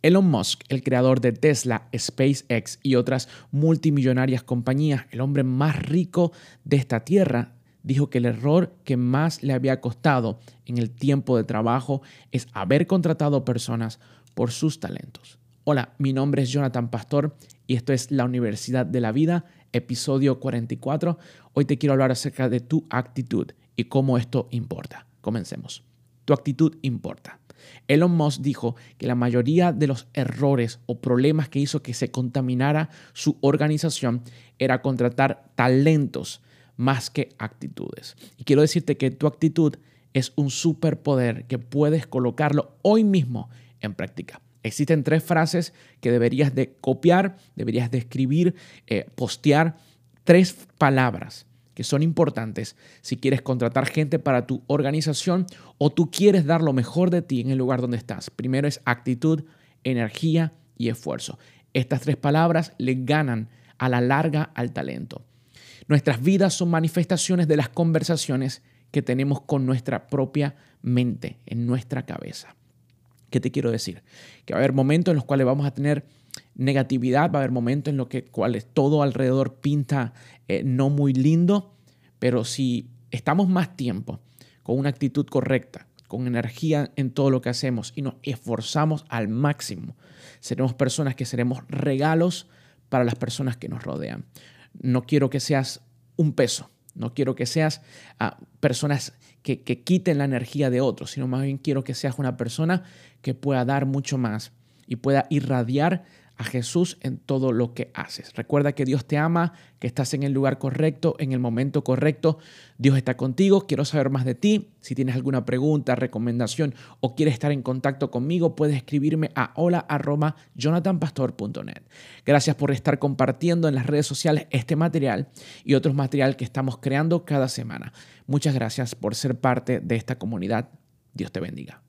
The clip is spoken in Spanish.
Elon Musk, el creador de Tesla, SpaceX y otras multimillonarias compañías, el hombre más rico de esta tierra, dijo que el error que más le había costado en el tiempo de trabajo es haber contratado personas por sus talentos. Hola, mi nombre es Jonathan Pastor y esto es La Universidad de la Vida, episodio 44. Hoy te quiero hablar acerca de tu actitud y cómo esto importa. Comencemos. Tu actitud importa. Elon Musk dijo que la mayoría de los errores o problemas que hizo que se contaminara su organización era contratar talentos más que actitudes. Y quiero decirte que tu actitud es un superpoder que puedes colocarlo hoy mismo en práctica. Existen 3 frases que deberías de copiar, deberías de escribir, postear. 3 palabras que son importantes si quieres contratar gente para tu organización o tú quieres dar lo mejor de ti en el lugar donde estás. Primero es actitud, energía y esfuerzo. Estas 3 palabras le ganan a la larga al talento. Nuestras vidas son manifestaciones de las conversaciones que tenemos con nuestra propia mente, en nuestra cabeza. ¿Qué te quiero decir? Que va a haber momentos en los cuales vamos a tener negatividad, va a haber momentos en los cuales todo alrededor pinta no muy lindo, pero si estamos más tiempo con una actitud correcta, con energía en todo lo que hacemos y nos esforzamos al máximo, seremos personas que seremos regalos para las personas que nos rodean. No quiero que seas un peso, no quiero que seas personas que quiten la energía de otros, sino más bien quiero que seas una persona que pueda dar mucho más y pueda irradiar a Jesús en todo lo que haces. Recuerda que Dios te ama, que estás en el lugar correcto, en el momento correcto. Dios está contigo. Quiero saber más de ti. Si tienes alguna pregunta, recomendación o quieres estar en contacto conmigo, puedes escribirme a hola@jonathanpastor.net. Gracias por estar compartiendo en las redes sociales este material y otros material que estamos creando cada semana. Muchas gracias por ser parte de esta comunidad. Dios te bendiga.